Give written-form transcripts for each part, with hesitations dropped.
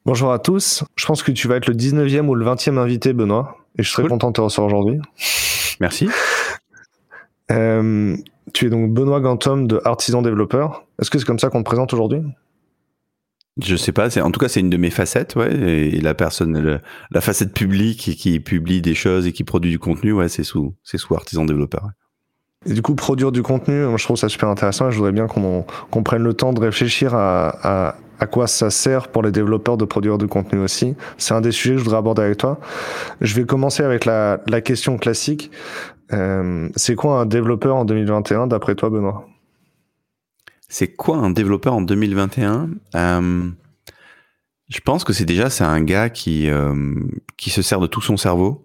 Bonjour à tous. Je pense que tu vas être le 19e ou le 20e invité, Benoît. Et je serais content de te recevoir aujourd'hui. Merci. Tu es donc Benoît Gantom de Artisan Développeur. Est-ce que c'est comme ça qu'on te présente aujourd'hui ? Je sais pas, en tout cas c'est une de mes facettes, ouais. Et la facette publique qui publie des choses et qui produit du contenu, ouais, c'est sous Artisan Développeur. Ouais. Et du coup, produire du contenu, moi, je trouve ça super intéressant et je voudrais bien qu'on prenne le temps de réfléchir à quoi ça sert pour les développeurs de produire du contenu aussi. C'est un des sujets que je voudrais aborder avec toi. Je vais commencer avec la question classique. C'est quoi un développeur en 2021 d'après toi, Benoît ? C'est quoi un développeur en 2021 ? Je pense que c'est un gars qui se sert de tout son cerveau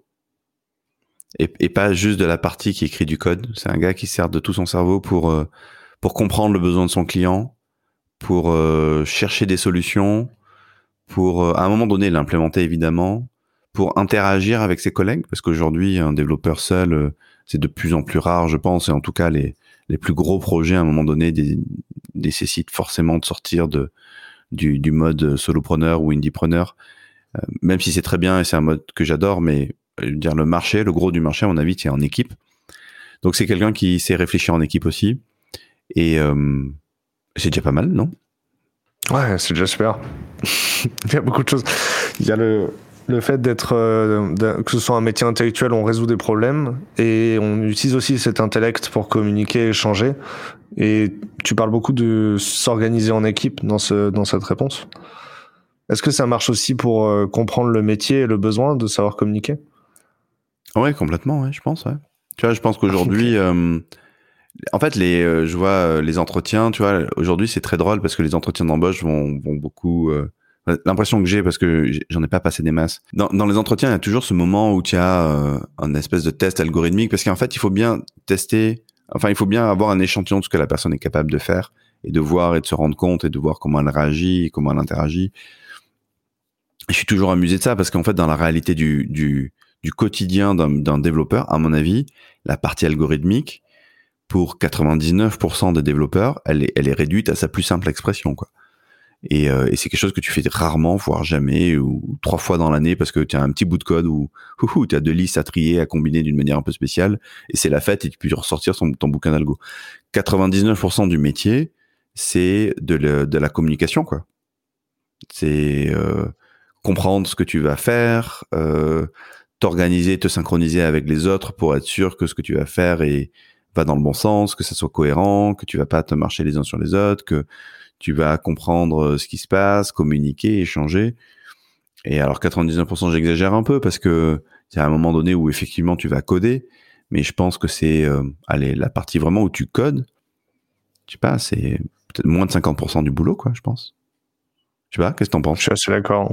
et pas juste de la partie qui écrit du code. C'est un gars qui se sert de tout son cerveau pour comprendre le besoin de son client, pour chercher des solutions, pour à un moment donné l'implémenter évidemment, pour interagir avec ses collègues, parce qu'aujourd'hui un développeur seul c'est de plus en plus rare, je pense, et en tout cas les plus gros projets à un moment donné nécessitent forcément de sortir du mode solopreneur ou indiepreneur, même si c'est très bien et c'est un mode que j'adore, mais dire le gros du marché à mon avis c'est en équipe. Donc c'est quelqu'un qui sait réfléchir en équipe aussi, et c'est déjà pas mal, non ? Ouais, c'est déjà super. Il y a beaucoup de choses. Il y a le fait d'être, que ce soit un métier intellectuel, on résout des problèmes et on utilise aussi cet intellect pour communiquer, échanger. Et tu parles beaucoup de s'organiser en équipe dans cette réponse. Est-ce que ça marche aussi pour comprendre le métier et le besoin de savoir communiquer ? Ouais, complètement, ouais, je pense, ouais. Tu vois, je pense qu'aujourd'hui, en fait, je vois les entretiens, tu vois, aujourd'hui c'est très drôle parce que les entretiens d'embauche vont beaucoup. L'impression que j'ai, parce que j'en ai pas passé des masses. Dans les entretiens, il y a toujours ce moment où tu as un espèce de test algorithmique, parce qu'en fait, il faut bien tester. Enfin, il faut bien avoir un échantillon de ce que la personne est capable de faire et de voir et de se rendre compte et de voir comment elle réagit, comment elle interagit. Je suis toujours amusé de ça parce qu'en fait, dans la réalité du quotidien d'un développeur, à mon avis, la partie algorithmique, pour 99% des développeurs, elle est réduite à sa plus simple expression, quoi. Et c'est quelque chose que tu fais rarement, voire jamais, ou 3 fois dans l'année, parce que tu as un petit bout de code où tu as 2 listes à trier, à combiner d'une manière un peu spéciale, et c'est la fête, et tu peux ressortir ton bouquin d'algo. 99% du métier, c'est de la communication, quoi. C'est comprendre ce que tu vas faire, t'organiser, te synchroniser avec les autres pour être sûr que ce que tu vas faire va dans le bon sens, que ça soit cohérent, que tu vas pas te marcher les uns sur les autres, que tu vas comprendre ce qui se passe, communiquer, échanger. Et alors 99%, j'exagère un peu parce que il y a un moment donné où effectivement tu vas coder, mais je pense que c'est la partie vraiment où tu codes, je sais pas, c'est peut-être moins de 50% du boulot, quoi, je pense. Je sais pas, qu'est-ce que t'en penses ? Je suis assez d'accord.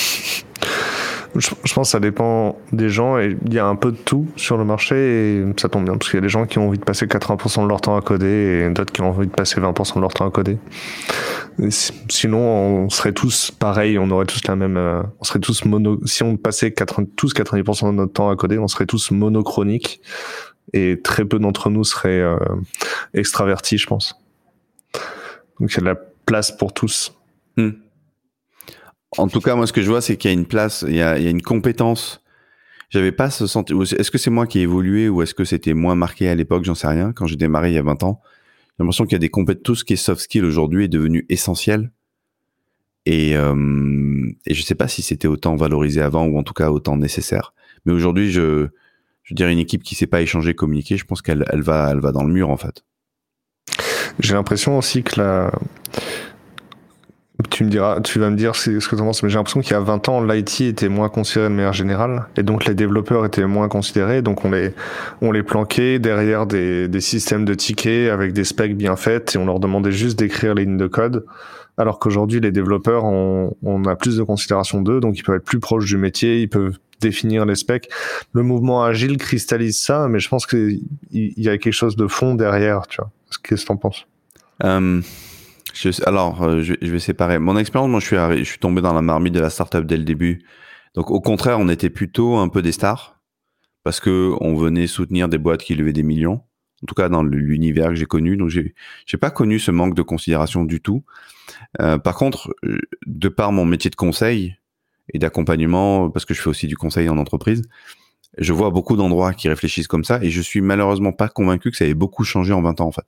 Je pense que ça dépend des gens et il y a un peu de tout sur le marché et ça tombe bien parce qu'il y a des gens qui ont envie de passer 80% de leur temps à coder et d'autres qui ont envie de passer 20% de leur temps à coder. Et sinon, on serait tous pareils, on aurait tous la même, on serait tous si on passait tous 90% de notre temps à coder, on serait tous monochroniques et très peu d'entre nous seraient extravertis, je pense. Donc il y a de la place pour tous. En tout cas, moi, ce que je vois, c'est qu'il y a une place, il y a une compétence. J'avais pas ce sentiment. Est-ce que c'est moi qui ai évolué ou est-ce que c'était moins marqué à l'époque ? J'en sais rien. Quand j'ai démarré il y a 20 ans, j'ai l'impression qu'il y a des compétences. Tout ce qui est soft skill aujourd'hui est devenu essentiel. Et je sais pas si c'était autant valorisé avant ou en tout cas autant nécessaire. Mais aujourd'hui, je dirais une équipe qui sait pas échanger, communiquer, je pense qu'elle va dans le mur, en fait. J'ai l'impression aussi que tu vas me dire ce que tu en penses, mais j'ai l'impression qu'il y a 20 ans, l'IT était moins considéré de manière générale, et donc les développeurs étaient moins considérés, donc on les planquait derrière des systèmes de tickets avec des specs bien faites, et on leur demandait juste d'écrire les lignes de code, alors qu'aujourd'hui, les développeurs, on a plus de considération d'eux, donc ils peuvent être plus proches du métier, ils peuvent définir les specs. Le mouvement agile cristallise ça, mais je pense qu'il y a quelque chose de fond derrière, tu vois. Qu'est-ce que t'en penses ? Je vais séparer. Mon expérience, moi, je suis tombé dans la marmite de la startup dès le début. Donc, au contraire, on était plutôt un peu des stars parce que on venait soutenir des boîtes qui levaient des millions. En tout cas, dans l'univers que j'ai connu. Donc, j'ai pas connu ce manque de considération du tout. Par contre, de par mon métier de conseil, et d'accompagnement, parce que je fais aussi du conseil en entreprise. Je vois beaucoup d'endroits qui réfléchissent comme ça et je suis malheureusement pas convaincu que ça ait beaucoup changé en 20 ans en fait.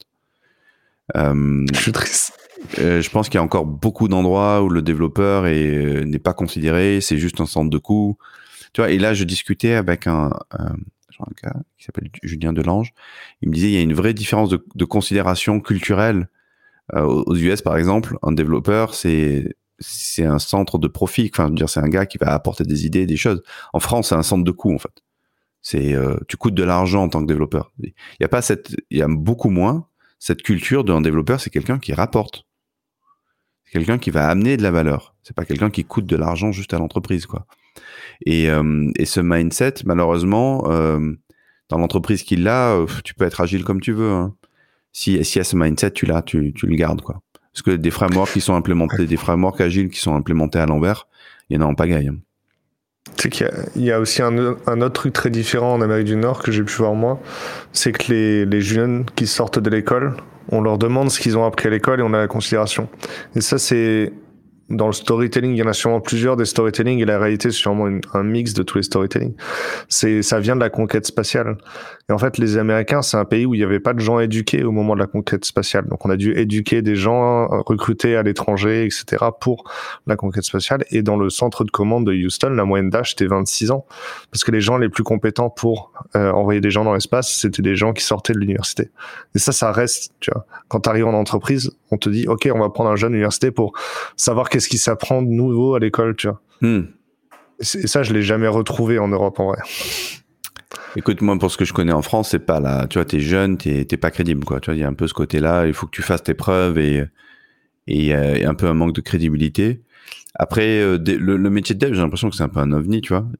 Je suis triste. Je pense qu'il y a encore beaucoup d'endroits où le développeur n'est pas considéré, c'est juste un centre de coût. Tu vois, et là je discutais avec un gars qui s'appelle Julien Delange. Il me disait il y a une vraie différence de considération culturelle. Aux US par exemple, un développeur c'est un centre de profit. Enfin, je veux dire, c'est un gars qui va apporter des idées, des choses. En France, c'est un centre de coût en fait. Tu coûtes de l'argent en tant que développeur. Il y a beaucoup moins cette culture d'un développeur, c'est quelqu'un qui rapporte. C'est quelqu'un qui va amener de la valeur. C'est pas quelqu'un qui coûte de l'argent juste à l'entreprise, quoi. Et ce mindset, malheureusement, dans l'entreprise qu'il a, tu peux être agile comme tu veux. Hein. Si y a ce mindset, tu le gardes, quoi. Parce que des frameworks qui sont implémentés, des frameworks agiles qui sont implémentés à l'envers, il y en a en pagaille. Hein. Tu sais qu'il y a aussi un autre truc très différent en Amérique du Nord que j'ai pu voir moi, c'est que les jeunes qui sortent de l'école, on leur demande ce qu'ils ont appris à l'école et on a la considération. Et ça, c'est dans le storytelling, il y en a sûrement plusieurs des storytelling et la réalité, c'est sûrement un mix de tous les storytelling. Ça vient de la conquête spatiale. Et en fait, les Américains, c'est un pays où il n'y avait pas de gens éduqués au moment de la conquête spatiale. Donc, on a dû éduquer des gens recrutés à l'étranger, etc., pour la conquête spatiale. Et dans le centre de commande de Houston, la moyenne d'âge, c'était 26 ans. Parce que les gens les plus compétents pour envoyer des gens dans l'espace, c'était des gens qui sortaient de l'université. Et ça reste, tu vois. Quand tu arrives en entreprise, on te dit, OK, on va prendre un jeune université pour savoir qu'est-ce qui s'apprend de nouveau à l'école, tu vois. Et ça, je l'ai jamais retrouvé en Europe, en vrai. Écoute, moi, pour ce que je connais en France, c'est pas là. Tu vois, t'es jeune, t'es pas crédible, quoi. Tu vois, il y a un peu ce côté-là. Il faut que tu fasses tes preuves et un peu un manque de crédibilité. Après, le métier de dev, j'ai l'impression que c'est un peu un ovni, tu vois.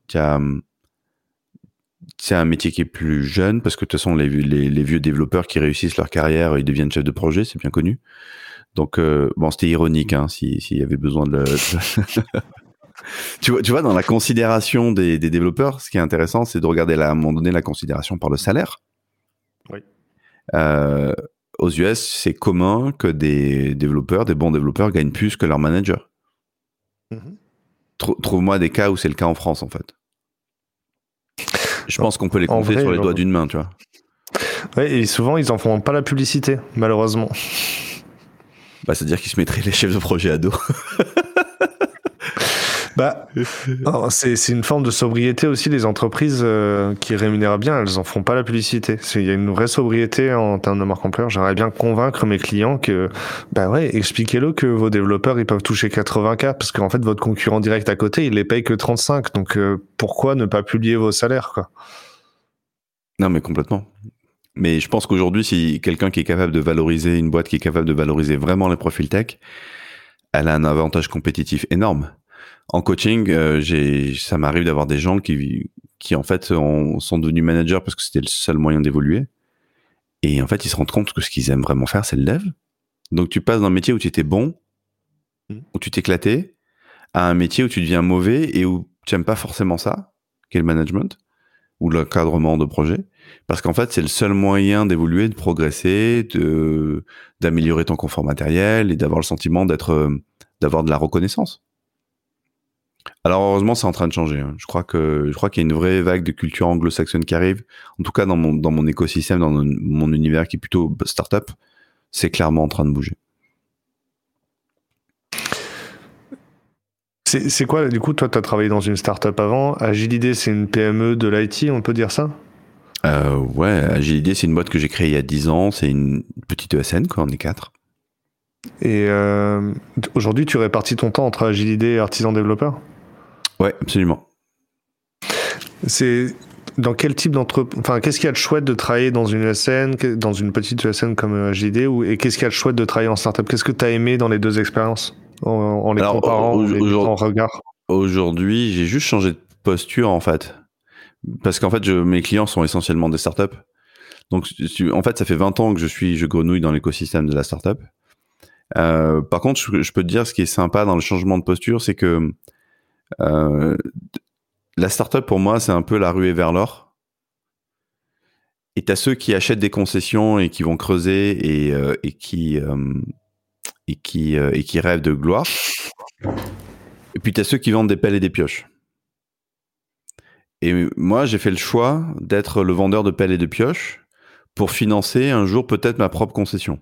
C'est un métier qui est plus jeune parce que de toute façon, les vieux développeurs qui réussissent leur carrière, ils deviennent chefs de projet, c'est bien connu. Donc, bon, c'était ironique, hein, s'il y avait besoin de tu vois, dans la considération des développeurs, ce qui est intéressant, c'est de regarder à un moment donné la considération par le salaire. Oui. Aux US, c'est commun que des bons développeurs gagnent plus que leur manager. Trouve-moi des cas où c'est le cas en France, en fait. Je pense qu'on peut les compter sur les doigts d'une main, tu vois. Ouais, et souvent, ils en font pas la publicité, malheureusement. Bah, c'est-à-dire qu'ils se mettraient les chefs de projet à dos. Bah, c'est une forme de sobriété aussi. Les entreprises qui rémunèrent bien, elles en font pas la publicité. Il y a une vraie sobriété en termes de marque employeur. J'aimerais bien convaincre mes clients que, bah ouais, expliquez-le que vos développeurs, ils peuvent toucher 80K parce qu'en fait, votre concurrent direct à côté, il les paye que 35. Donc, pourquoi ne pas publier vos salaires, quoi? Non, mais complètement. Mais je pense qu'aujourd'hui, si quelqu'un qui est capable de valoriser, une boîte qui est capable de valoriser vraiment les profils tech, elle a un avantage compétitif énorme. En coaching, ça m'arrive d'avoir des gens qui en fait sont devenus managers parce que c'était le seul moyen d'évoluer. Et en fait, ils se rendent compte que ce qu'ils aiment vraiment faire, c'est le dev. Donc tu passes d'un métier où tu étais bon, où tu t'éclatais, à un métier où tu deviens mauvais et où tu n'aimes pas forcément ça, qui est le management ou l'encadrement de projet. Parce qu'en fait, c'est le seul moyen d'évoluer, de progresser, d'améliorer ton confort matériel et d'avoir le sentiment d'avoir de la reconnaissance. Alors heureusement, c'est en train de changer. Hein. Je crois qu'il y a une vraie vague de culture anglo-saxonne qui arrive. En tout cas, dans mon écosystème, dans mon univers qui est plutôt start-up, c'est clairement en train de bouger. C'est quoi, du coup, toi, tu as travaillé dans une start-up avant. Agilidé, c'est une PME de l'IT, on peut dire ça? Ouais, Agilidé, c'est une boîte que j'ai créée il y a 10 ans. C'est une petite ESN, quoi, on est 4. Et aujourd'hui, tu répartis ton temps entre Agilidé et artisan développeur? Ouais, absolument. C'est dans quel type d'entreprise, enfin, qu'est-ce qu'il y a de chouette de travailler dans une ESN, dans une petite ESN comme Agilidé, et qu'est-ce qu'il y a de chouette de travailler en startup? Qu'est-ce que tu as aimé dans les deux expériences en les comparant, en les mettant en regard? Aujourd'hui, j'ai juste changé de posture en fait, parce qu'en fait, mes clients sont essentiellement des startups. Donc, en fait, ça fait 20 ans que je grenouille dans l'écosystème de la startup. Par contre, je peux te dire, ce qui est sympa dans le changement de posture, c'est que la startup, pour moi, c'est un peu la ruée vers l'or. Et t'as ceux qui achètent des concessions et qui vont creuser et qui rêvent de gloire. Et puis, tu as ceux qui vendent des pelles et des pioches. Et moi, j'ai fait le choix d'être le vendeur de pelles et de pioches pour financer un jour peut-être ma propre concession.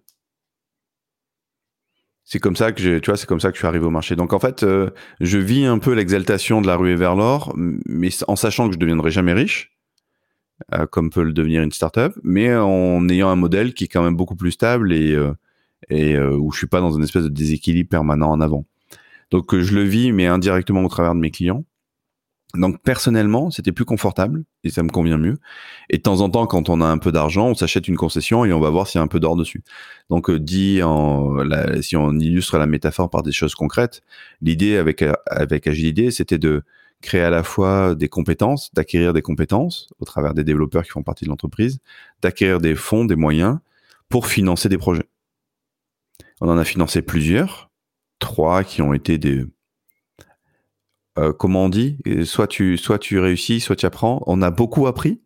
C'est comme ça que c'est comme ça que je suis arrivé au marché. Donc en fait, je vis un peu l'exaltation de la ruée vers l'or, mais en sachant que je deviendrai jamais riche, comme peut le devenir une startup, mais en ayant un modèle qui est quand même beaucoup plus stable et où je suis pas dans une espèce de déséquilibre permanent en avant. Donc je le vis, mais indirectement au travers de mes clients. Donc personnellement, c'était plus confortable et ça me convient mieux. Et de temps en temps, quand on a un peu d'argent, on s'achète une concession et on va voir s'il y a un peu d'or dessus. Donc si on illustre la métaphore par des choses concrètes, l'idée avec Agilité, c'était de créer à la fois des compétences, d'acquérir des compétences au travers des développeurs qui font partie de l'entreprise, d'acquérir des fonds, des moyens pour financer des projets. On en a financé plusieurs, 3 qui ont été des comment on dit, soit tu réussis, soit tu apprends. On a beaucoup appris.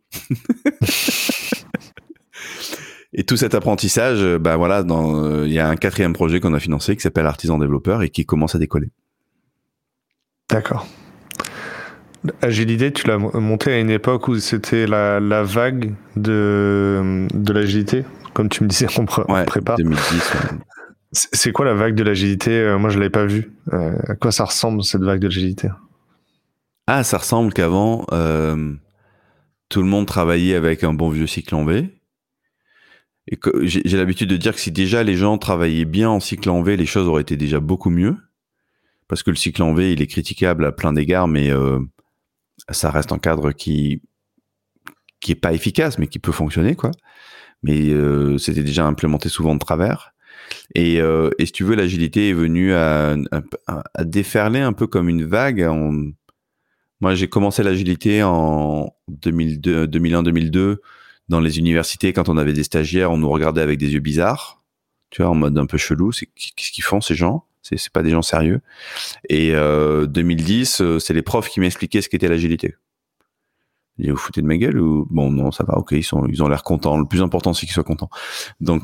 Et tout cet apprentissage, voilà, il y a un 4e projet qu'on a financé qui s'appelle Artisan Développeur et qui commence à décoller. D'accord. Agilité, tu l'as monté à une époque où c'était la vague de l'agilité, comme tu me disais en prépa. 2010. Ouais. C'est quoi la vague de l'agilité? Moi, je l'avais pas vue. À quoi ça ressemble, cette vague de l'agilité? Ah, ça ressemble qu'avant, tout le monde travaillait avec un bon vieux cycle en V. Et que j'ai l'habitude de dire que si déjà les gens travaillaient bien en cycle en V, les choses auraient été déjà beaucoup mieux. Parce que le cycle en V, il est critiquable à plein d'égards, mais ça reste un cadre qui est pas efficace, mais qui peut fonctionner, quoi. Mais c'était déjà implémenté souvent de travers. Et si tu veux, l'agilité est venue à déferler un peu comme une vague. Moi, j'ai commencé l'agilité en 2001-2002 dans les universités. Quand on avait des stagiaires, on nous regardait avec des yeux bizarres, tu vois, en mode un peu chelou. Qu'est-ce qu'ils font, ces gens? C'est pas des gens sérieux. Et 2010, c'est les profs qui m'expliquaient ce qu'était l'agilité. Ils disaient, vous foutez de ma gueule ou bon, non, ça va, ok, ils ont l'air contents. Le plus important, c'est qu'ils soient contents. Donc,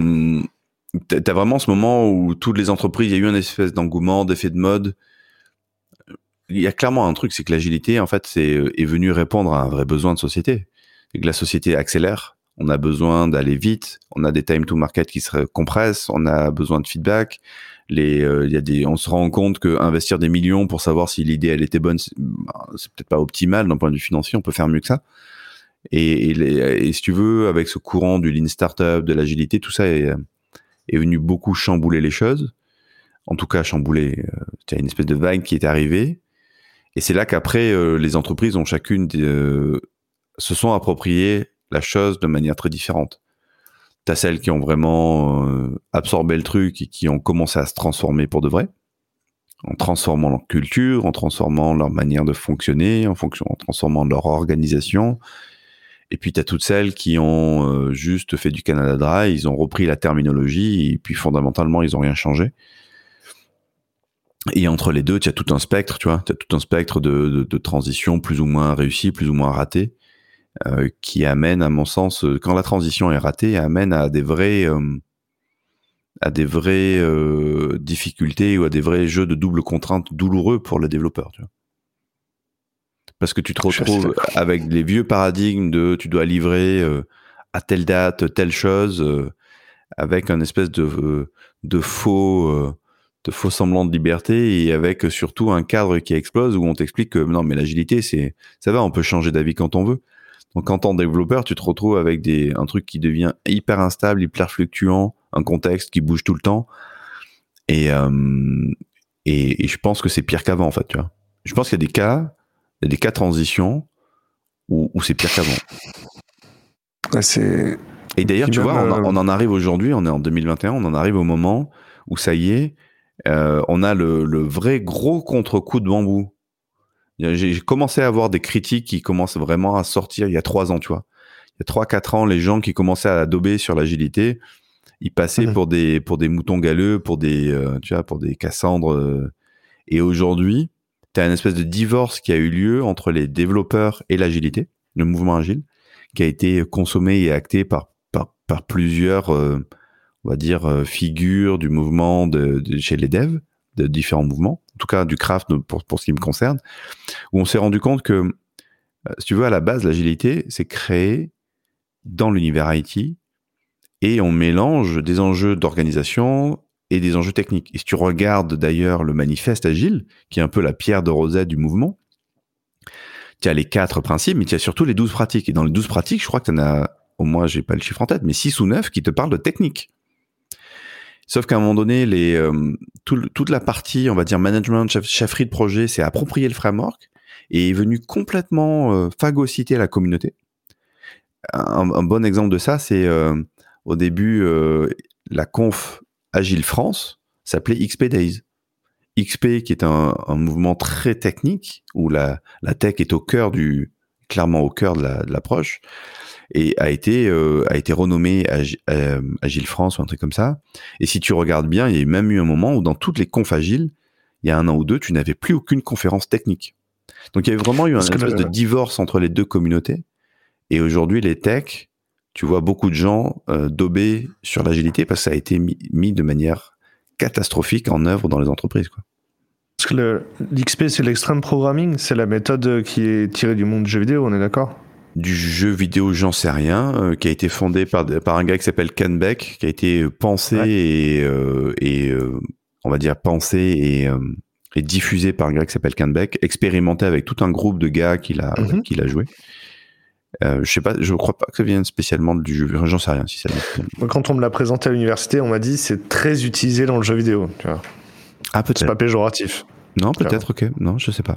t'as vraiment ce moment où toutes les entreprises, il y a eu une espèce d'engouement, d'effet de mode. Il y a clairement un truc, c'est que l'agilité, en fait, est venu répondre à un vrai besoin de société. C'est que la société accélère, on a besoin d'aller vite, on a des time to market qui se compressent, on a besoin de feedback. On se rend compte que investir des millions pour savoir si l'idée elle était bonne, c'est peut-être pas optimal d'un point de vue financier, on peut faire mieux que ça. Et si tu veux, avec ce courant du lean startup, de l'agilité, tout ça est venu beaucoup chambouler les choses. En tout cas, chambouler. Il y a une espèce de vague qui est arrivée. Et c'est là qu'après, les entreprises ont chacune se sont appropriées la chose de manière très différente. T'as celles qui ont vraiment absorbé le truc et qui ont commencé à se transformer pour de vrai, en transformant leur culture, en transformant leur manière de fonctionner, en transformant leur organisation. Et puis t'as toutes celles qui ont juste fait du Canada Dry, ils ont repris la terminologie et puis fondamentalement ils ont rien changé. Et entre les deux, tu as tout un spectre, tu vois, tu as tout un spectre de transition plus ou moins réussie, plus ou moins ratée, qui amène, à mon sens, quand la transition est ratée, amène à des vraies difficultés ou à des vrais jeux de double contrainte douloureux pour le développeur, tu vois. Parce que tu te retrouves avec les vieux paradigmes de tu dois livrer à telle date telle chose, avec un espèce de faux semblant de liberté et avec surtout un cadre qui explose où on t'explique que non mais l'agilité ça va, on peut changer d'avis quand on veut. Donc en tant que développeur, tu te retrouves avec un truc qui devient hyper instable, hyper fluctuant, un contexte qui bouge tout le temps et je pense que c'est pire qu'avant en fait, tu vois. Je pense qu'il y a des cas de transition où c'est pire qu'avant. Et d'ailleurs, tu vois, on en arrive aujourd'hui, on est en 2021, on en arrive au moment où ça y est, on a le vrai gros contre-coup de bambou. J'ai commencé à avoir des critiques qui commencent vraiment à sortir il y a 3 ans, tu vois. Il y a 3-4 ans, les gens qui commençaient à adober sur l'agilité, ils passaient pour des moutons galeux, pour des Cassandres. Et aujourd'hui, tu as une espèce de divorce qui a eu lieu entre les développeurs et l'agilité, le mouvement agile, qui a été consommé et acté par plusieurs, on va dire, figures du mouvement chez les devs, de différents mouvements, tout cas du craft pour ce qui me concerne, où on s'est rendu compte que, si tu veux, à la base, l'agilité, c'est créé dans l'univers IT et on mélange des enjeux d'organisation et des enjeux techniques. Et si tu regardes d'ailleurs le manifeste agile, qui est un peu la pierre de rosette du mouvement, tu as les 4 principes, mais tu as surtout les 12 pratiques. Et dans les 12 pratiques, je crois que tu en as, au moins, j'ai pas le chiffre en tête, mais 6 ou 9 qui te parlent de technique. Sauf qu'à un moment donné, toute la partie, on va dire, management, chefferie de projet, s'est approprié le framework et est venu complètement phagocyter la communauté. Un bon exemple de ça, c'est au début, la conf Agile France s'appelait XP Days. XP, qui est un mouvement très technique, où la tech est clairement au cœur de l'approche, et a été renommé Agile France ou un truc comme ça. Et si tu regardes bien, il y a même eu un moment où dans toutes les confs Agile, il y a 1 an ou 2, tu n'avais plus aucune conférence technique. Donc il y avait vraiment eu un espèce de divorce entre les deux communautés. Et aujourd'hui, les techs, tu vois beaucoup de gens daubés sur l'agilité parce que ça a été mis de manière catastrophique en œuvre dans les entreprises, quoi. Parce que l'XP, c'est l'extreme programming, c'est la méthode qui est tirée du monde du jeu vidéo, on est d'accord ? Du jeu vidéo, j'en sais rien, qui a été fondé par un gars qui s'appelle Ken Beck, qui a été pensé et on va dire pensé et diffusé par un gars qui s'appelle Ken Beck, expérimenté avec tout un groupe de gars qu'il a joué. Je sais pas, je crois pas que ça vienne spécialement du jeu, j'en sais rien si ça vient. Quand on me l'a présenté à l'université, on m'a dit c'est très utilisé dans le jeu vidéo, tu vois. Ah, peut-être. C'est pas péjoratif. Non, peut-être, ok. Non, je sais pas.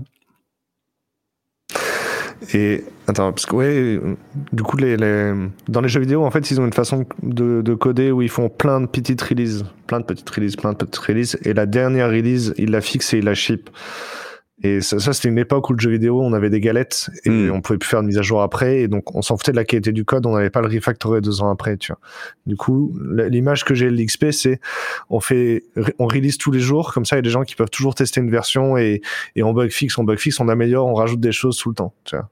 Et attends, parce que du coup, dans les jeux vidéo, en fait, ils ont une façon de coder où ils font plein de petites releases, et la dernière release, ils la fixent et ils la ship. Et ça c'était une époque où le jeu vidéo, on avait des galettes et on pouvait plus faire de mise à jour après, et donc on s'en foutait de la qualité du code, on n'allait pas le refactorer 2 ans après, tu vois. Du coup, l'image que j'ai de l'XP, c'est on release tous les jours, comme ça il y a des gens qui peuvent toujours tester une version et on bug fixe, on améliore, on rajoute des choses tout le temps, tu vois.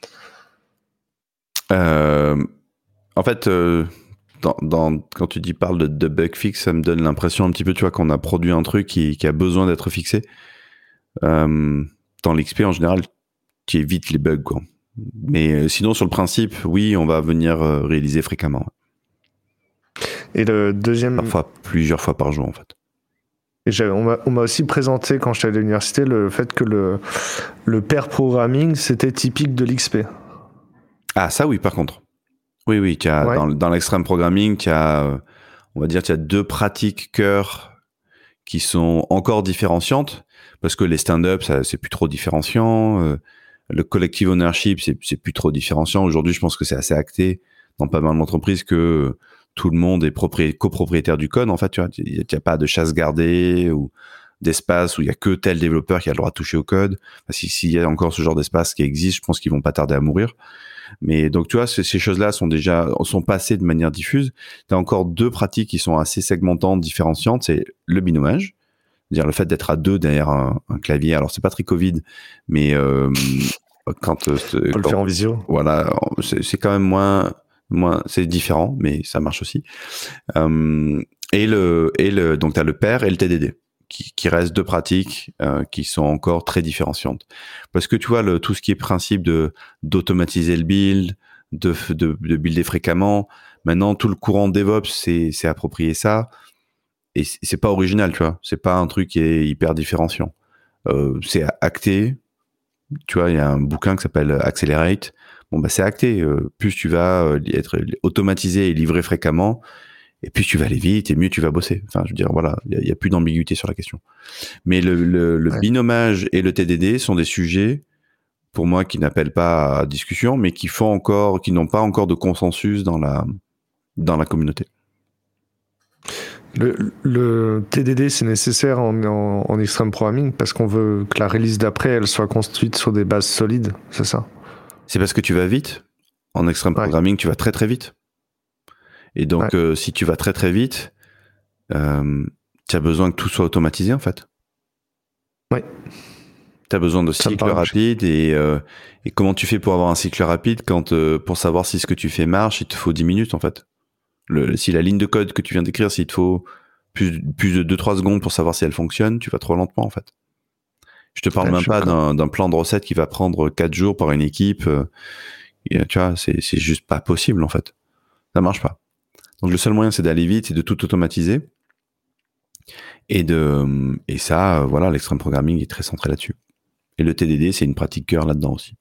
En fait, quand tu parles de bug fixe, ça me donne l'impression un petit peu, tu vois, qu'on a produit un truc qui a besoin d'être fixé. Dans l'XP en général, tu évites les bugs, quoi. Mais sinon, sur le principe, oui, on va venir réaliser fréquemment. Et le deuxième, parfois plusieurs fois par jour, en fait. Et on m'a aussi présenté quand j'étais à l'université le fait que le pair programming c'était typique de l'XP. Ah, ça oui, par contre. Oui, tu as dans l'extreme programming, tu as, on va dire, tu as 2 pratiques cœur qui sont encore différenciantes, parce que les stand-up, ça c'est plus trop différenciant. Le collective ownership, c'est plus trop différenciant. Aujourd'hui, je pense que c'est assez acté dans pas mal d'entreprises que tout le monde est copropriétaire du code. En fait, tu vois, il y a pas de chasse gardée ou d'espace où il y a que tel développeur qui a le droit de toucher au code. S'il y a encore ce genre d'espace qui existe, je pense qu'ils vont pas tarder à mourir. Mais donc, tu vois, ces choses-là sont passées de manière diffuse. Tu as encore 2 pratiques qui sont assez segmentantes, différenciantes. C'est le binômage, c'est-à-dire le fait d'être à 2 derrière un clavier. Alors, c'est pas très Covid, mais quand on peut le faire en visio. Voilà, c'est quand même moins, c'est différent, mais ça marche aussi. Donc, tu as le pair et le TDD. Qui restent 2 pratiques qui sont encore très différenciantes. Parce que tu vois, tout ce qui est principe d'automatiser le build, de builder fréquemment, maintenant tout le courant DevOps c'est approprié ça, et c'est pas original, tu vois. C'est pas un truc qui est hyper différenciant. C'est acté. Tu vois, il y a un bouquin qui s'appelle Accelerate. Bon, bah c'est acté. Plus tu vas être automatisé et livré fréquemment, et plus tu vas aller vite, et mieux tu vas bosser. Enfin, je veux dire, voilà, il y a plus d'ambiguïté sur la question. Mais le binômage et le TDD sont des sujets, pour moi, qui n'appellent pas à discussion, mais qui n'ont pas encore de consensus dans la communauté. Le TDD, c'est nécessaire en extreme programming parce qu'on veut que la release d'après, elle soit construite sur des bases solides, c'est ça? C'est parce que tu vas vite. En extreme programming, tu vas très très vite. Et donc, si tu vas très très vite, tu as besoin que tout soit automatisé, en fait. Oui. Tu as besoin de cycles rapides, et comment tu fais pour avoir un cycle rapide quand, pour savoir si ce que tu fais marche, il te faut 10 minutes, en fait. Si la ligne de code que tu viens d'écrire, s'il te faut plus de 2-3 secondes pour savoir si elle fonctionne, tu vas trop lentement, en fait. Je te parle même pas d'un plan de recette qui va prendre 4 jours par une équipe. Et, tu vois, c'est juste pas possible en fait. Ça marche pas. Donc le seul moyen, c'est d'aller vite, c'est de tout automatiser. Et ça, voilà, l'extreme programming est très centré là-dessus. Et le TDD, c'est une pratique cœur là-dedans aussi.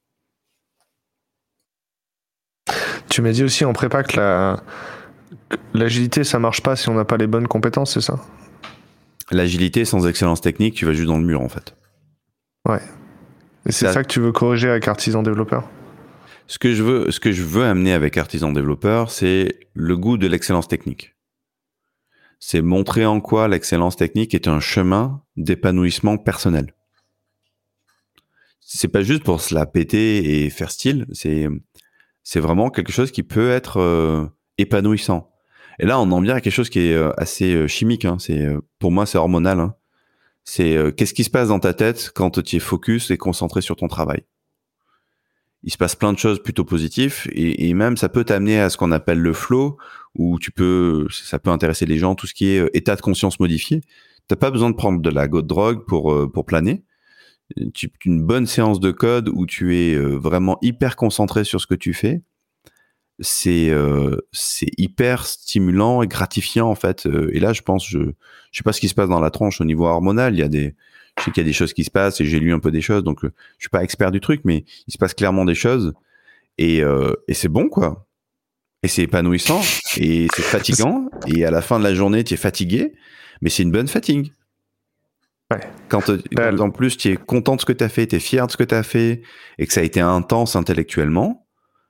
Tu m'as dit aussi en prépa que l'agilité, ça marche pas si on n'a pas les bonnes compétences, c'est ça? L'agilité sans excellence technique, tu vas juste dans le mur en fait. Ouais. Et c'est ça que tu veux corriger avec Artisan Développeur? Ce que je veux amener avec Artisan Développeur, c'est le goût de l'excellence technique. C'est montrer en quoi l'excellence technique est un chemin d'épanouissement personnel. C'est pas juste pour se la péter et faire style, c'est vraiment quelque chose qui peut être épanouissant. Et là, on en vient à quelque chose qui est assez chimique. Hein. Pour moi, c'est hormonal. Hein. C'est qu'est-ce qui se passe dans ta tête quand tu es focus et concentré sur ton travail. Il se passe plein de choses plutôt positives et même ça peut t'amener à ce qu'on appelle le flow, où ça peut intéresser les gens, tout ce qui est état de conscience modifié. T'as pas besoin de prendre de la drogue pour planer. Une bonne séance de code où tu es vraiment hyper concentré sur ce que tu fais, c'est hyper stimulant et gratifiant en fait. Et là, je sais pas ce qui se passe dans la tronche au niveau hormonal. Je sais qu'il y a des choses qui se passent et j'ai lu un peu des choses, donc je suis pas expert du truc, mais il se passe clairement des choses et c'est bon quoi. Et c'est épanouissant et c'est fatigant et à la fin de la journée, tu es fatigué, mais c'est une bonne fatigue. Ouais. Quand en plus tu es content de ce que tu as fait, tu es fier de ce que tu as fait et que ça a été intense intellectuellement,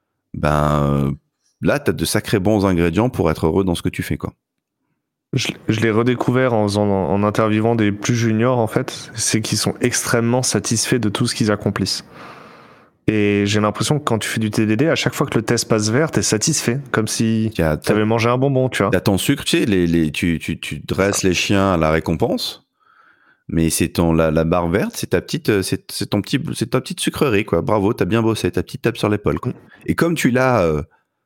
ben là, tu as de sacrés bons ingrédients pour être heureux dans ce que tu fais, quoi. Je l'ai redécouvert en interviewant des plus juniors, en fait. C'est qu'ils sont extrêmement satisfaits de tout ce qu'ils accomplissent. Et j'ai l'impression que quand tu fais du TDD, à chaque fois que le test passe vert, t'es satisfait. Comme si t'avais mangé un bonbon, tu vois. T'as ton sucre, tu sais, tu dresses les chiens à la récompense. Mais c'est la barre verte, c'est ta petite sucrerie, quoi. Bravo, t'as bien bossé, ta petite tape sur l'épaule, quoi. Et comme tu l'as,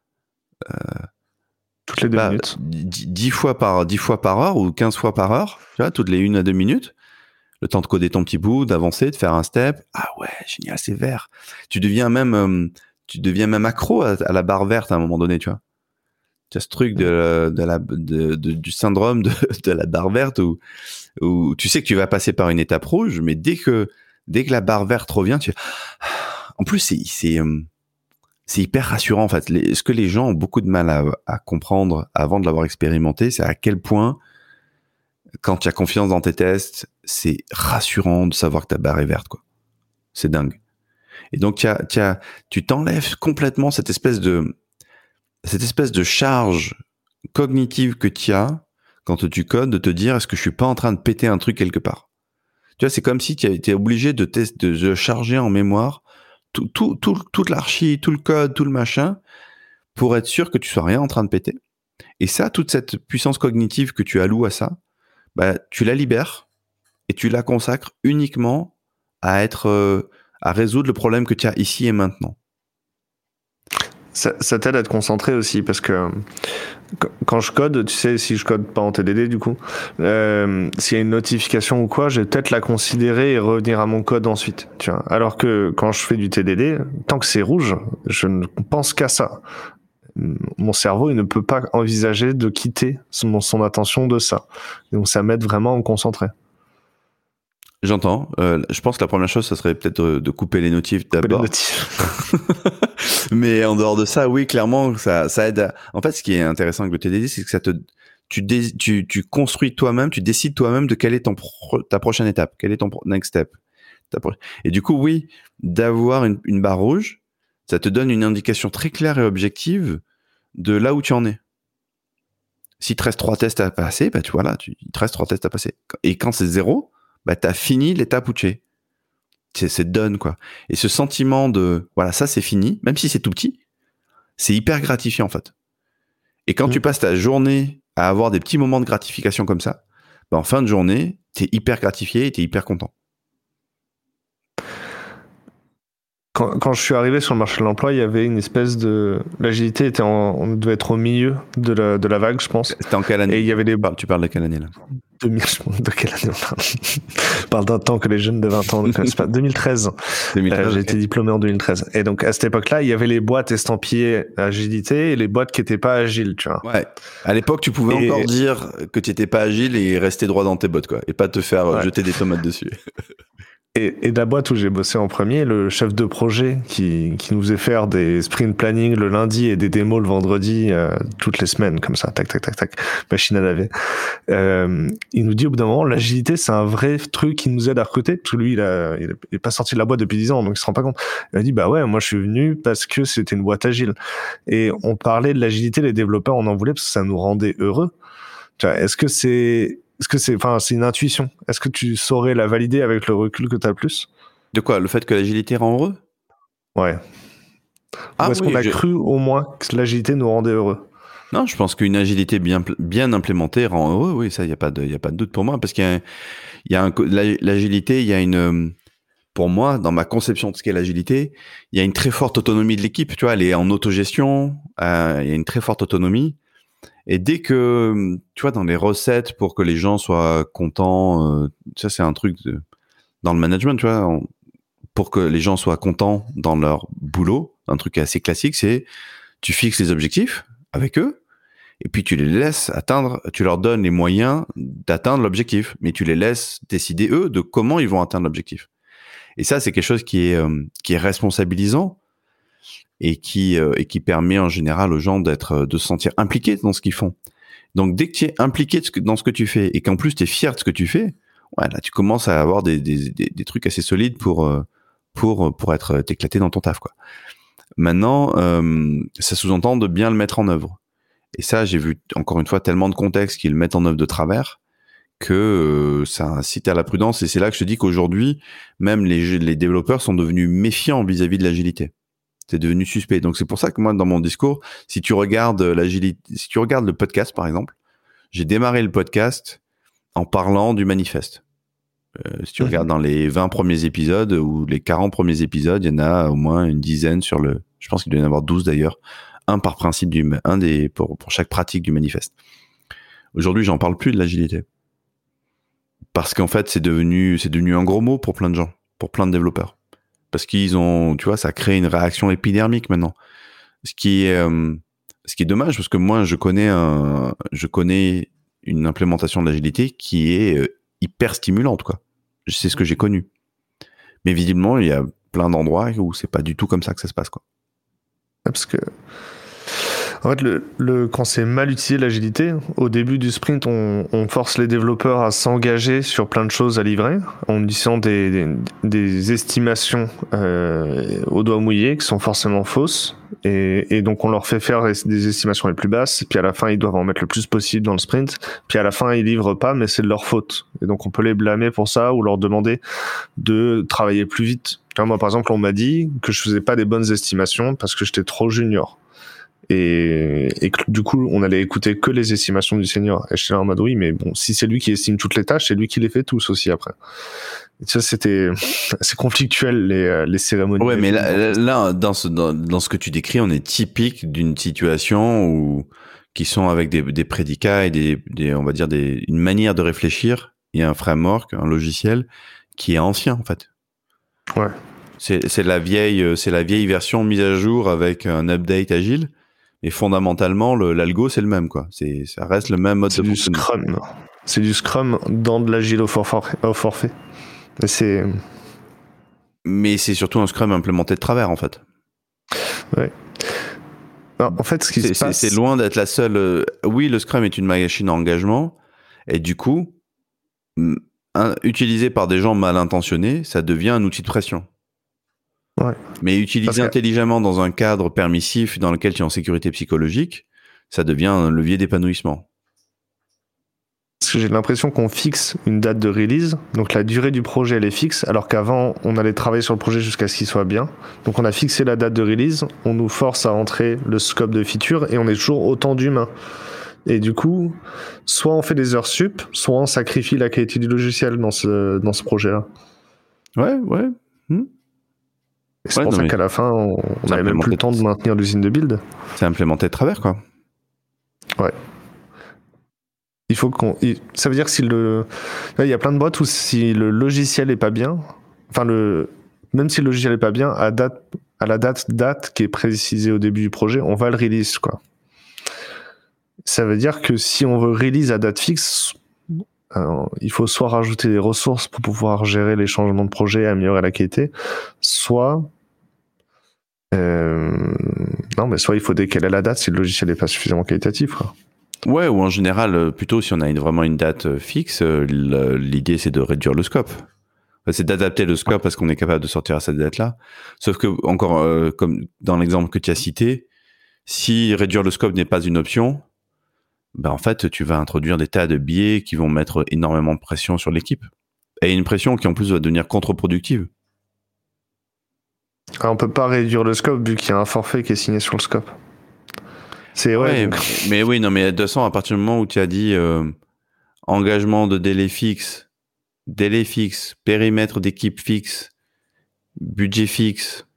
toutes les 2 minutes. 10 fois par heure ou 15 fois par heure, tu vois, toutes les 1 à 2 minutes, le temps de coder ton petit bout, d'avancer, de faire un step. Ah ouais, génial, c'est vert. Tu deviens même accro à la barre verte à un moment donné, tu vois. Tu as ce truc du syndrome de la barre verte où tu sais que tu vas passer par une étape rouge, mais dès que la barre verte revient, en plus c'est hyper rassurant en fait. Ce que les gens ont beaucoup de mal à comprendre avant de l'avoir expérimenté, c'est à quel point quand tu as confiance dans tes tests, c'est rassurant de savoir que ta barre est verte, quoi. C'est dingue. Et donc tu t'enlèves complètement cette espèce de charge cognitive que tu as quand tu codes, de te dire est-ce que je suis pas en train de péter un truc quelque part. Tu vois, c'est comme si tu étais obligé de charger en mémoire toute l'archi, tout le code, tout le machin, pour être sûr que tu sois rien en train de péter. Et ça, toute cette puissance cognitive que tu alloues à ça, bah, tu la libères et tu la consacres uniquement à résoudre le problème que tu as ici et maintenant. Ça t'aide à te concentrer aussi parce que quand je code, tu sais, si je code pas en TDD du coup, s'il y a une notification ou quoi, je vais peut-être la considérer et revenir à mon code ensuite, tu vois. Alors que quand je fais du TDD, tant que c'est rouge, je ne pense qu'à ça. Mon cerveau, il ne peut pas envisager de quitter son attention de ça. Donc ça m'aide vraiment à me concentrer. J'entends. Je pense que la première chose, ça serait peut-être de couper les notifs d'abord. Mais en dehors de ça, oui, clairement, ça aide. En fait, ce qui est intéressant avec le TDD, c'est que tu construis toi-même, tu décides toi-même de quelle est ta prochaine étape, quel est ton next step. Et du coup, oui, d'avoir une barre rouge, ça te donne une indication très claire et objective de là où tu en es. Si te reste 3 tests à passer, bah tu vois là, il te reste 3 tests à passer. Et quand c'est 0, bah t'as fini l'étape où tu es. C'est done, quoi. Et ce sentiment de voilà, ça c'est fini, même si c'est tout petit, c'est hyper gratifiant en fait. Et quand tu passes ta journée à avoir des petits moments de gratification comme ça, bah en fin de journée, t'es hyper gratifié et t'es hyper content. quand je suis arrivé sur le marché de l'emploi, il y avait une espèce de... L'agilité on devait être au milieu de la vague, je pense. C'était en quelle année? Et il y avait Tu parles de quelle année là? 2000, de quelle année on parle? On parle d'un temps que les jeunes de 20 ans ne connaissent pas. 2013. 2013, J'ai été diplômé en 2013. Et donc, à cette époque-là, il y avait les boîtes estampillées agilité et les boîtes qui étaient pas agiles, tu vois. Ouais. À l'époque, tu pouvais encore dire que tu étais pas agile et rester droit dans tes bottes, quoi. Et pas te faire jeter des tomates dessus. Et de la boîte où j'ai bossé en premier, le chef de projet qui nous faisait faire des sprint planning le lundi et des démos le vendredi toutes les semaines, comme ça, tac, tac, tac, tac, machine à laver. Il nous dit au bout d'un moment, l'agilité, c'est un vrai truc qui nous aide à recruter. Parce que lui, il est pas sorti de la boîte depuis 10 ans, donc il se rend pas compte. Il a dit, bah ouais, moi je suis venu parce que c'était une boîte agile. Et on parlait de l'agilité, les développeurs, on en voulait parce que ça nous rendait heureux. Tu vois, est-ce que c'est une intuition? Est-ce que tu saurais la valider avec le recul que tu as plus? De quoi? Le fait que l'agilité rend heureux? Ouais. Ou est-ce qu'on a cru au moins que l'agilité nous rendait heureux? Non, je pense qu'une agilité bien implémentée rend heureux. Oui, ça, il y a pas de doute pour moi, parce qu'il y a l'agilité, il y a une, pour moi, dans ma conception de ce qu'est l'agilité, il y a une très forte autonomie de l'équipe. Tu vois, elle est en autogestion. Il y a une très forte autonomie. Et dès que, tu vois, dans les recettes pour que les gens soient contents, ça c'est un truc dans le management, tu vois, pour que les gens soient contents dans leur boulot, un truc assez classique, c'est tu fixes les objectifs avec eux, et puis tu les laisses atteindre, tu leur donnes les moyens d'atteindre l'objectif, mais tu les laisses décider eux de comment ils vont atteindre l'objectif. Et ça, c'est quelque chose qui est responsabilisant, et qui permet en général aux gens de se sentir impliqués dans ce qu'ils font. Donc dès que tu es impliqué dans ce que tu fais et qu'en plus tu es fier de ce que tu fais, ouais, là tu commences à avoir des trucs assez solides pour t'éclater dans ton taf, quoi. Maintenant, ça sous-entend de bien le mettre en œuvre. Et ça, j'ai vu encore une fois tellement de contextes qui le mettent en œuvre de travers que ça incite à la prudence. Et c'est là que je te dis qu'aujourd'hui, même les développeurs sont devenus méfiants vis-à-vis de l'agilité. C'est devenu suspect. Donc c'est pour ça que moi, dans mon discours, si tu regardes l'agilité, si tu regardes le podcast, par exemple, j'ai démarré le podcast en parlant du manifeste. Si tu regardes dans les 20 premiers épisodes ou les 40 premiers épisodes, il y en a au moins une dizaine je pense qu'il doit y en avoir 12 d'ailleurs, un par principe pour chaque pratique du manifeste. Aujourd'hui, j'en parle plus de l'agilité. Parce qu'en fait, c'est devenu un gros mot pour plein de gens, pour plein de développeurs. Parce qu'ils ont, tu vois, ça crée une réaction épidermique maintenant. Ce qui est dommage, parce que moi, je connais une implémentation de l'agilité qui est hyper stimulante, quoi. C'est ce que j'ai connu. Mais visiblement, il y a plein d'endroits où c'est pas du tout comme ça que ça se passe, quoi. Parce que, en fait, quand c'est mal utilisé l'agilité, au début du sprint, on force les développeurs à s'engager sur plein de choses à livrer, en utilisant des estimations au doigt mouillé qui sont forcément fausses. Et donc on leur fait faire des estimations les plus basses, puis à la fin ils doivent en mettre le plus possible dans le sprint, puis à la fin ils livrent pas, mais c'est de leur faute. Et donc on peut les blâmer pour ça ou leur demander de travailler plus vite. Moi par exemple on m'a dit que je faisais pas des bonnes estimations parce que j'étais trop junior. Et que, du coup on allait écouter que les estimations du senior. Et j'étais là en mode oui mais bon, si c'est lui qui estime toutes les tâches, c'est lui qui les fait tous aussi après. Et ça c'était assez conflictuel les cérémonies. Ouais, mais là dans ce que tu décris, on est typique d'une situation qui sont avec des prédicats et on va dire une manière de réfléchir et un framework, un logiciel qui est ancien en fait. Ouais. C'est la vieille version mise à jour avec un update agile. Et fondamentalement, l'algo, c'est le même, quoi. Ça reste le même mode de fonctionnement. C'est du Scrum dans de l'agile au forfait. Mais c'est surtout un Scrum implémenté de travers, en fait. Ouais. Alors, en fait, ce qui se passe... C'est loin d'être la seule... Oui, le Scrum est une machine à engagement. Et du coup, utilisé par des gens mal intentionnés, ça devient un outil de pression. Ouais. Mais utilisé intelligemment dans un cadre permissif dans lequel tu es en sécurité psychologique, ça devient un levier d'épanouissement. Parce que j'ai l'impression qu'on fixe une date de release, donc la durée du projet elle est fixe, alors qu'avant on allait travailler sur le projet jusqu'à ce qu'il soit bien. Donc on a fixé la date de release, on nous force à rentrer le scope de feature et on est toujours autant d'humains. Et du coup, soit on fait des heures sup, soit on sacrifie la qualité du logiciel dans ce projet-là. Ouais. Et c'est pour ça qu'à la fin, on n'avait même plus le temps de maintenir l'usine de build. C'est implémenté de travers, quoi. Ouais. Il faut ça veut dire que si il y a plein de boîtes où si le logiciel est pas bien, même si le logiciel est pas bien, à la date qui est précisée au début du projet, on va le release, quoi. Ça veut dire que si on veut release à date fixe, il faut soit rajouter des ressources pour pouvoir gérer les changements de projet et améliorer la qualité, soit il faut décaler la date si le logiciel n'est pas suffisamment qualitatif, quoi. Ouais, ou en général, plutôt si on a vraiment une date fixe, l'idée c'est de réduire le scope. C'est d'adapter le scope parce qu'on est capable de sortir à cette date-là. Sauf que, encore, comme dans l'exemple que tu as cité, si réduire le scope n'est pas une option, en fait, tu vas introduire des tas de biais qui vont mettre énormément de pression sur l'équipe. Et une pression qui, en plus, va devenir contre-productive. Alors, on peut pas réduire le scope vu qu'il y a un forfait qui est signé sur le scope. Mais oui, non, mais 200, à partir du moment où tu as dit engagement de délai fixe, périmètre d'équipe fixe, budget fixe,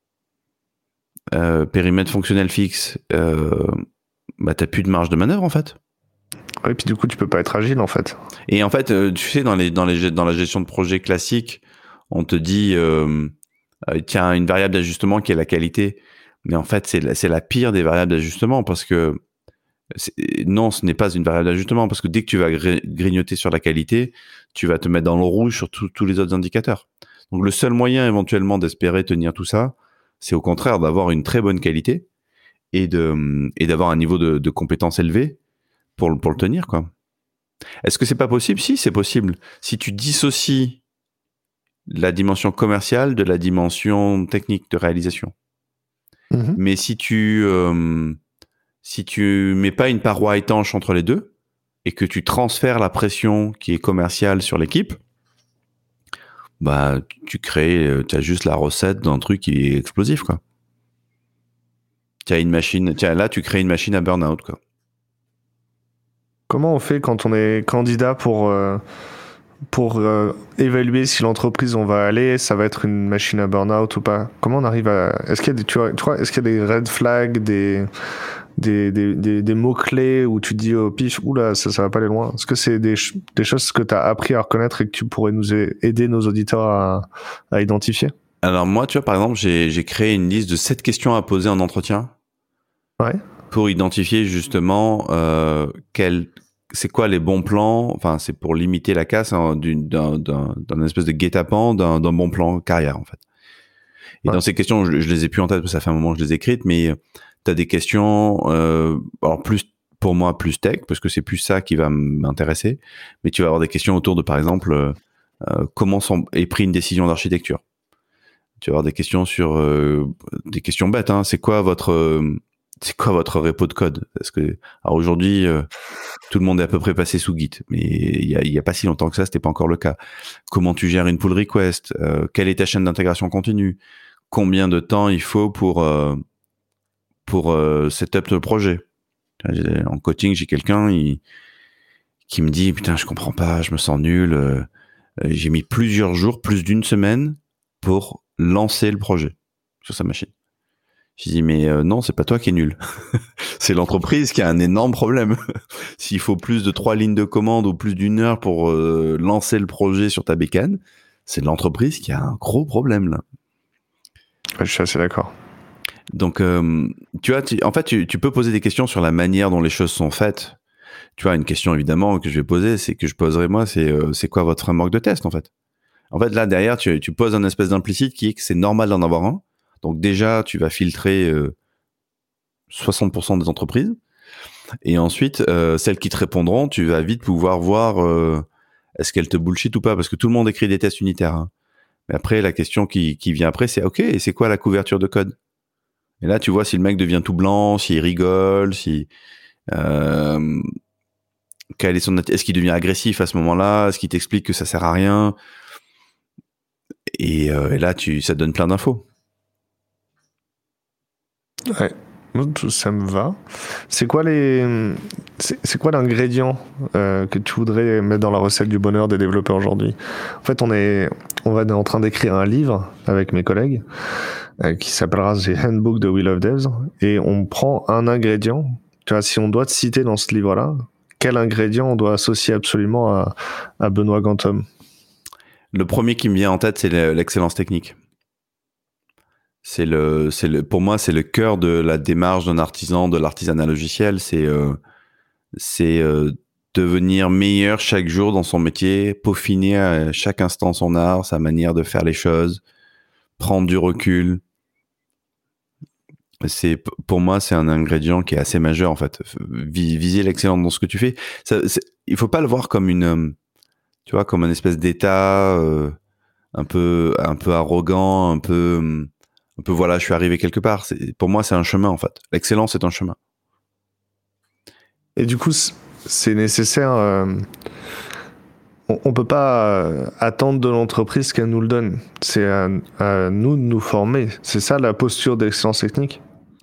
périmètre fonctionnel fixe, t'as plus de marge de manœuvre, en fait. Oui, puis du coup, tu peux pas être agile, en fait. Et en fait, tu sais, dans la gestion de projet classique, on te dit, tiens, une variable d'ajustement qui est la qualité. Mais en fait, c'est la pire des variables d'ajustement parce que non, ce n'est pas une variable d'ajustement parce que dès que tu vas grignoter sur la qualité, tu vas te mettre dans le rouge sur tous les autres indicateurs. Donc, le seul moyen éventuellement d'espérer tenir tout ça, c'est au contraire d'avoir une très bonne qualité et d'avoir un niveau de compétence élevé pour le tenir, quoi. Est-ce que c'est pas possible? Si, c'est possible. Si tu dissocies la dimension commerciale de la dimension technique de réalisation. Mmh. Mais si tu mets pas une paroi étanche entre les deux et que tu transfères la pression qui est commerciale sur l'équipe, tu as juste la recette d'un truc qui est explosif, quoi. Là, tu crées une machine à burn-out, quoi. Comment on fait quand on est candidat pour évaluer si l'entreprise où on va aller, ça va être une machine à burn-out ou pas? Comment on arrive à... Est-ce qu'il y a est-ce qu'il y a des red flags, des mots-clés où tu te dis au pif, oula, ça va pas aller loin? Est-ce que c'est des choses que tu as appris à reconnaître et que tu pourrais nous aider nos auditeurs à identifier? Alors moi, tu vois, par exemple, j'ai créé une liste de 7 questions à poser en entretien. Ouais. Pour identifier justement c'est quoi les bons plans. Enfin, c'est pour limiter la casse d'un espèce de guet-apens d'un bon plan carrière, en fait. Et dans ces questions, je les ai plus en tête parce que ça fait un moment que je les ai écrites, mais tu as des questions, alors plus pour moi plus tech parce que c'est plus ça qui va m'intéresser, mais tu vas avoir des questions autour de, par exemple, comment est pris une décision d'architecture. Tu vas avoir des questions sur des questions bêtes, hein. C'est quoi votre repo de code? Parce que alors aujourd'hui, tout le monde est à peu près passé sous Git, mais il y a pas si longtemps que ça, c'était pas encore le cas. Comment tu gères une pull request? Quelle est ta chaîne d'intégration continue? Combien de temps il faut pour setup le projet? En coaching, j'ai quelqu'un qui me dit putain, je comprends pas, je me sens nul. J'ai mis plusieurs jours, plus d'une semaine pour lancer le projet sur sa machine. J'ai dit mais non, c'est pas toi qui es nul. C'est l'entreprise qui a un énorme problème. S'il faut plus de 3 lignes de commande ou plus d'1 heure pour lancer le projet sur ta bécane, c'est l'entreprise qui a un gros problème là. Je suis assez d'accord. Donc, tu vois, en fait, tu peux poser des questions sur la manière dont les choses sont faites. Tu vois, une question évidemment que je vais poser, que je poserai moi, c'est quoi votre framework de test en fait? En fait, là derrière, tu poses un espèce d'implicite qui est que c'est normal d'en avoir un. Donc déjà, tu vas filtrer 60% des entreprises. Et ensuite, celles qui te répondront, tu vas vite pouvoir voir est-ce qu'elles te bullshit ou pas, parce que tout le monde écrit des tests unitaires, hein. Mais après, la question qui vient après, c'est OK, et c'est quoi la couverture de code? Et là, tu vois si le mec devient tout blanc, s'il rigole, est-ce qu'il devient agressif à ce moment-là? Est-ce qu'il t'explique que ça sert à rien? Et là, ça te donne plein d'infos. Ouais. Ça me va. C'est quoi l'ingrédient que tu voudrais mettre dans la recette du bonheur des développeurs aujourd'hui? En fait, on est en train d'écrire un livre avec mes collègues qui s'appellera The Handbook de We Love Devs, et on prend un ingrédient. Tu vois, si on doit te citer dans ce livre-là, quel ingrédient on doit associer absolument à Benoît Gantom? Le premier qui me vient en tête, c'est l'excellence technique. Pour moi, c'est le cœur de la démarche d'un artisan, de l'artisanat logiciel. C'est devenir meilleur chaque jour dans son métier, peaufiner à chaque instant son art, sa manière de faire les choses, prendre du recul. Pour moi, c'est un ingrédient qui est assez majeur en fait. Viser l'excellence dans ce que tu fais. Il faut pas le voir comme tu vois, comme une espèce d'état un peu arrogant, un peu voilà, je suis arrivé quelque part. Pour moi, c'est un chemin en fait. L'excellence est un chemin. Et du coup, c'est nécessaire. On peut pas attendre de l'entreprise qu'elle nous le donne. C'est à nous de nous former. C'est ça la posture d'excellence technique.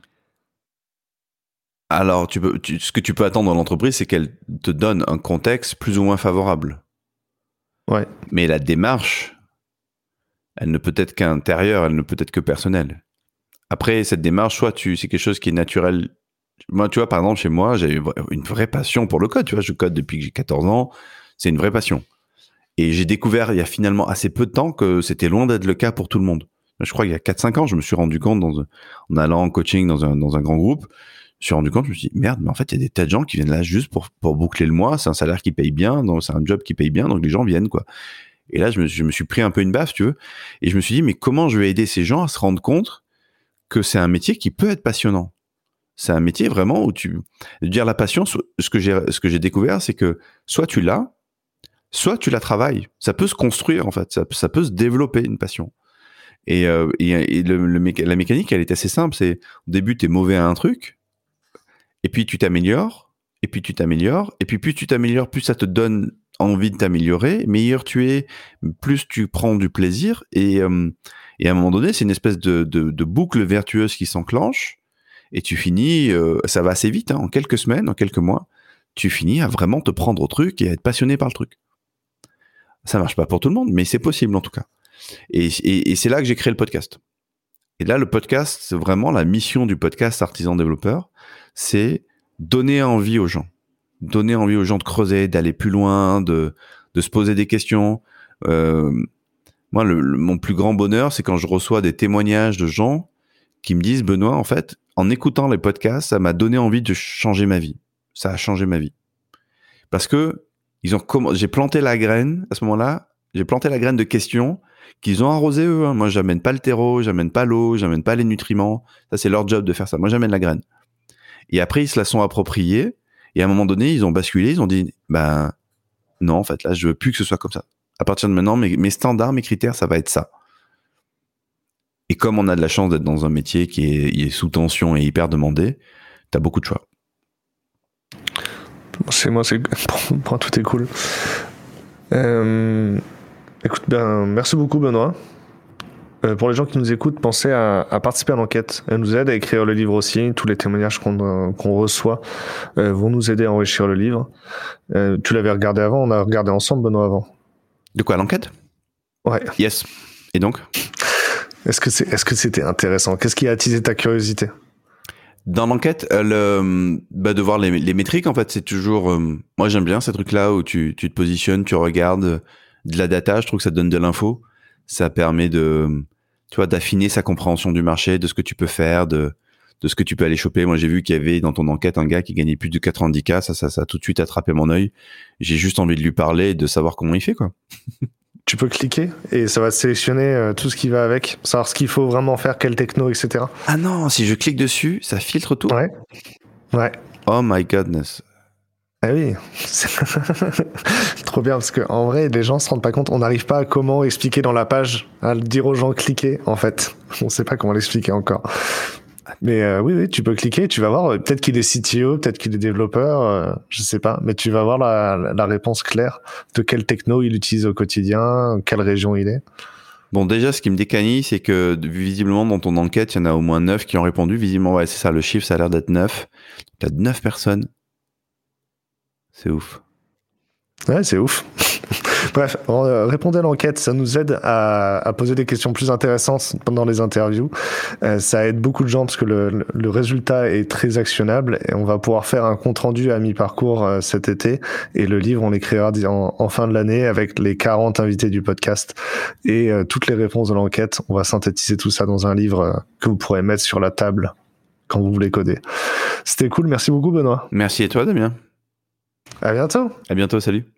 Alors, ce que tu peux attendre dans l'entreprise, c'est qu'elle te donne un contexte plus ou moins favorable. Ouais. Mais la démarche, elle ne peut être qu'intérieure, elle ne peut être que personnelle. Après, cette démarche, c'est quelque chose qui est naturel. Moi, tu vois, par exemple, chez moi, j'ai une vraie passion pour le code. Tu vois, je code depuis que j'ai 14 ans. C'est une vraie passion. Et j'ai découvert, il y a finalement assez peu de temps, que c'était loin d'être le cas pour tout le monde. Je crois qu'il y a 4-5 ans, je me suis rendu compte, en allant en coaching dans un grand groupe, je me suis rendu compte, je me suis dit, merde, mais en fait, il y a des tas de gens qui viennent là juste pour boucler le mois. C'est un salaire qui paye bien, donc c'est un job qui paye bien, donc les gens viennent, quoi. Et là, je me suis pris un peu une baffe, tu veux. Et je me suis dit, mais comment je vais aider ces gens à se rendre compte que c'est un métier qui peut être passionnant? C'est un métier vraiment où dire la passion, ce que j'ai découvert, c'est que soit tu l'as, soit tu la travailles. Ça peut se construire, en fait. Ça peut se développer, une passion. Et la mécanique, elle est assez simple. C'est, au début, t'es mauvais à un truc, et puis tu t'améliores, et puis tu t'améliores, et puis plus tu t'améliores, plus ça te donne envie de t'améliorer, meilleur tu es, plus tu prends du plaisir, et à un moment donné, c'est une espèce de boucle vertueuse qui s'enclenche, et tu finis, ça va assez vite, hein, en quelques semaines, en quelques mois, tu finis à vraiment te prendre au truc et à être passionné par le truc. Ça marche pas pour tout le monde, mais c'est possible en tout cas. Et c'est là que j'ai créé le podcast. Et là, le podcast, c'est vraiment la mission du podcast Artisan Développeur, c'est donner envie aux gens. Donner envie aux gens de creuser, d'aller plus loin, de se poser des questions. Moi, mon plus grand bonheur, c'est quand je reçois des témoignages de gens qui me disent, Benoît, en fait, en écoutant les podcasts, ça m'a donné envie de changer ma vie. Ça a changé ma vie. Parce que j'ai planté la graine, à ce moment-là, j'ai planté la graine de questions qu'ils ont arrosé eux. Hein. Moi, j'amène pas le terreau, j'amène pas l'eau, j'amène pas les nutriments. Ça, c'est leur job de faire ça. Moi, j'amène la graine. Et après, ils se la sont appropriés. Et à un moment donné, ils ont basculé. Ils ont dit, non, en fait, là, je veux plus que ce soit comme ça. À partir de maintenant, mes standards, mes critères, ça va être ça. Et comme on a de la chance d'être dans un métier qui est sous tension et hyper demandé, t'as beaucoup de choix. Pour tout est cool. Écoute, merci beaucoup Benoît. Pour les gens qui nous écoutent, pensez à participer à l'enquête. Elle nous aide à écrire le livre aussi. Tous les témoignages qu'on reçoit vont nous aider à enrichir le livre. Tu l'avais regardé avant, on a regardé ensemble Benoît avant. De quoi, l'enquête? Ouais. Yes. Et donc? Est-ce que c'était intéressant? Qu'est-ce qui a attisé ta curiosité? Dans l'enquête, de voir les métriques, en fait, c'est toujours... moi, j'aime bien ces trucs-là où tu te positionnes, tu regardes de la data. Je trouve que ça te donne de l'info. Ça permet d'affiner sa compréhension du marché, de ce que tu peux faire, de ce que tu peux aller choper. Moi, j'ai vu qu'il y avait dans ton enquête un gars qui gagnait plus de 90K. Ça a tout de suite attrapé mon œil. J'ai juste envie de lui parler et de savoir comment il fait, quoi. Tu peux cliquer et ça va te sélectionner tout ce qui va avec, savoir ce qu'il faut vraiment faire, quel techno, etc. Ah non, si je clique dessus, ça filtre tout. Ouais. Oh my godness. Ah oui, trop bien, parce qu'en vrai, les gens se rendent pas compte, on n'arrive pas à comment expliquer dans la page, à dire aux gens cliquer, en fait. On sait pas comment l'expliquer encore. Mais oui, tu peux cliquer, tu vas voir, peut-être qu'il est CTO, peut-être qu'il est développeur, je sais pas, mais tu vas voir la réponse claire de quel techno il utilise au quotidien, quelle région il est. Bon, déjà, ce qui me décanille, c'est que visiblement, dans ton enquête, il y en a au moins 9 qui ont répondu. Visiblement, ouais, c'est ça, le chiffre, ça a l'air d'être 9. T'as 9 personnes. C'est ouf. Ouais, c'est ouf. Bref, répondez à l'enquête, ça nous aide à poser des questions plus intéressantes pendant les interviews. Ça aide beaucoup de gens parce que le résultat est très actionnable et on va pouvoir faire un compte-rendu à mi-parcours cet été. Et le livre, on l'écrira en fin de l'année avec les 40 invités du podcast et toutes les réponses de l'enquête. On va synthétiser tout ça dans un livre que vous pourrez mettre sur la table quand vous voulez coder. C'était cool, merci beaucoup Benoît. Merci à toi, Damien. À bientôt. À bientôt, salut.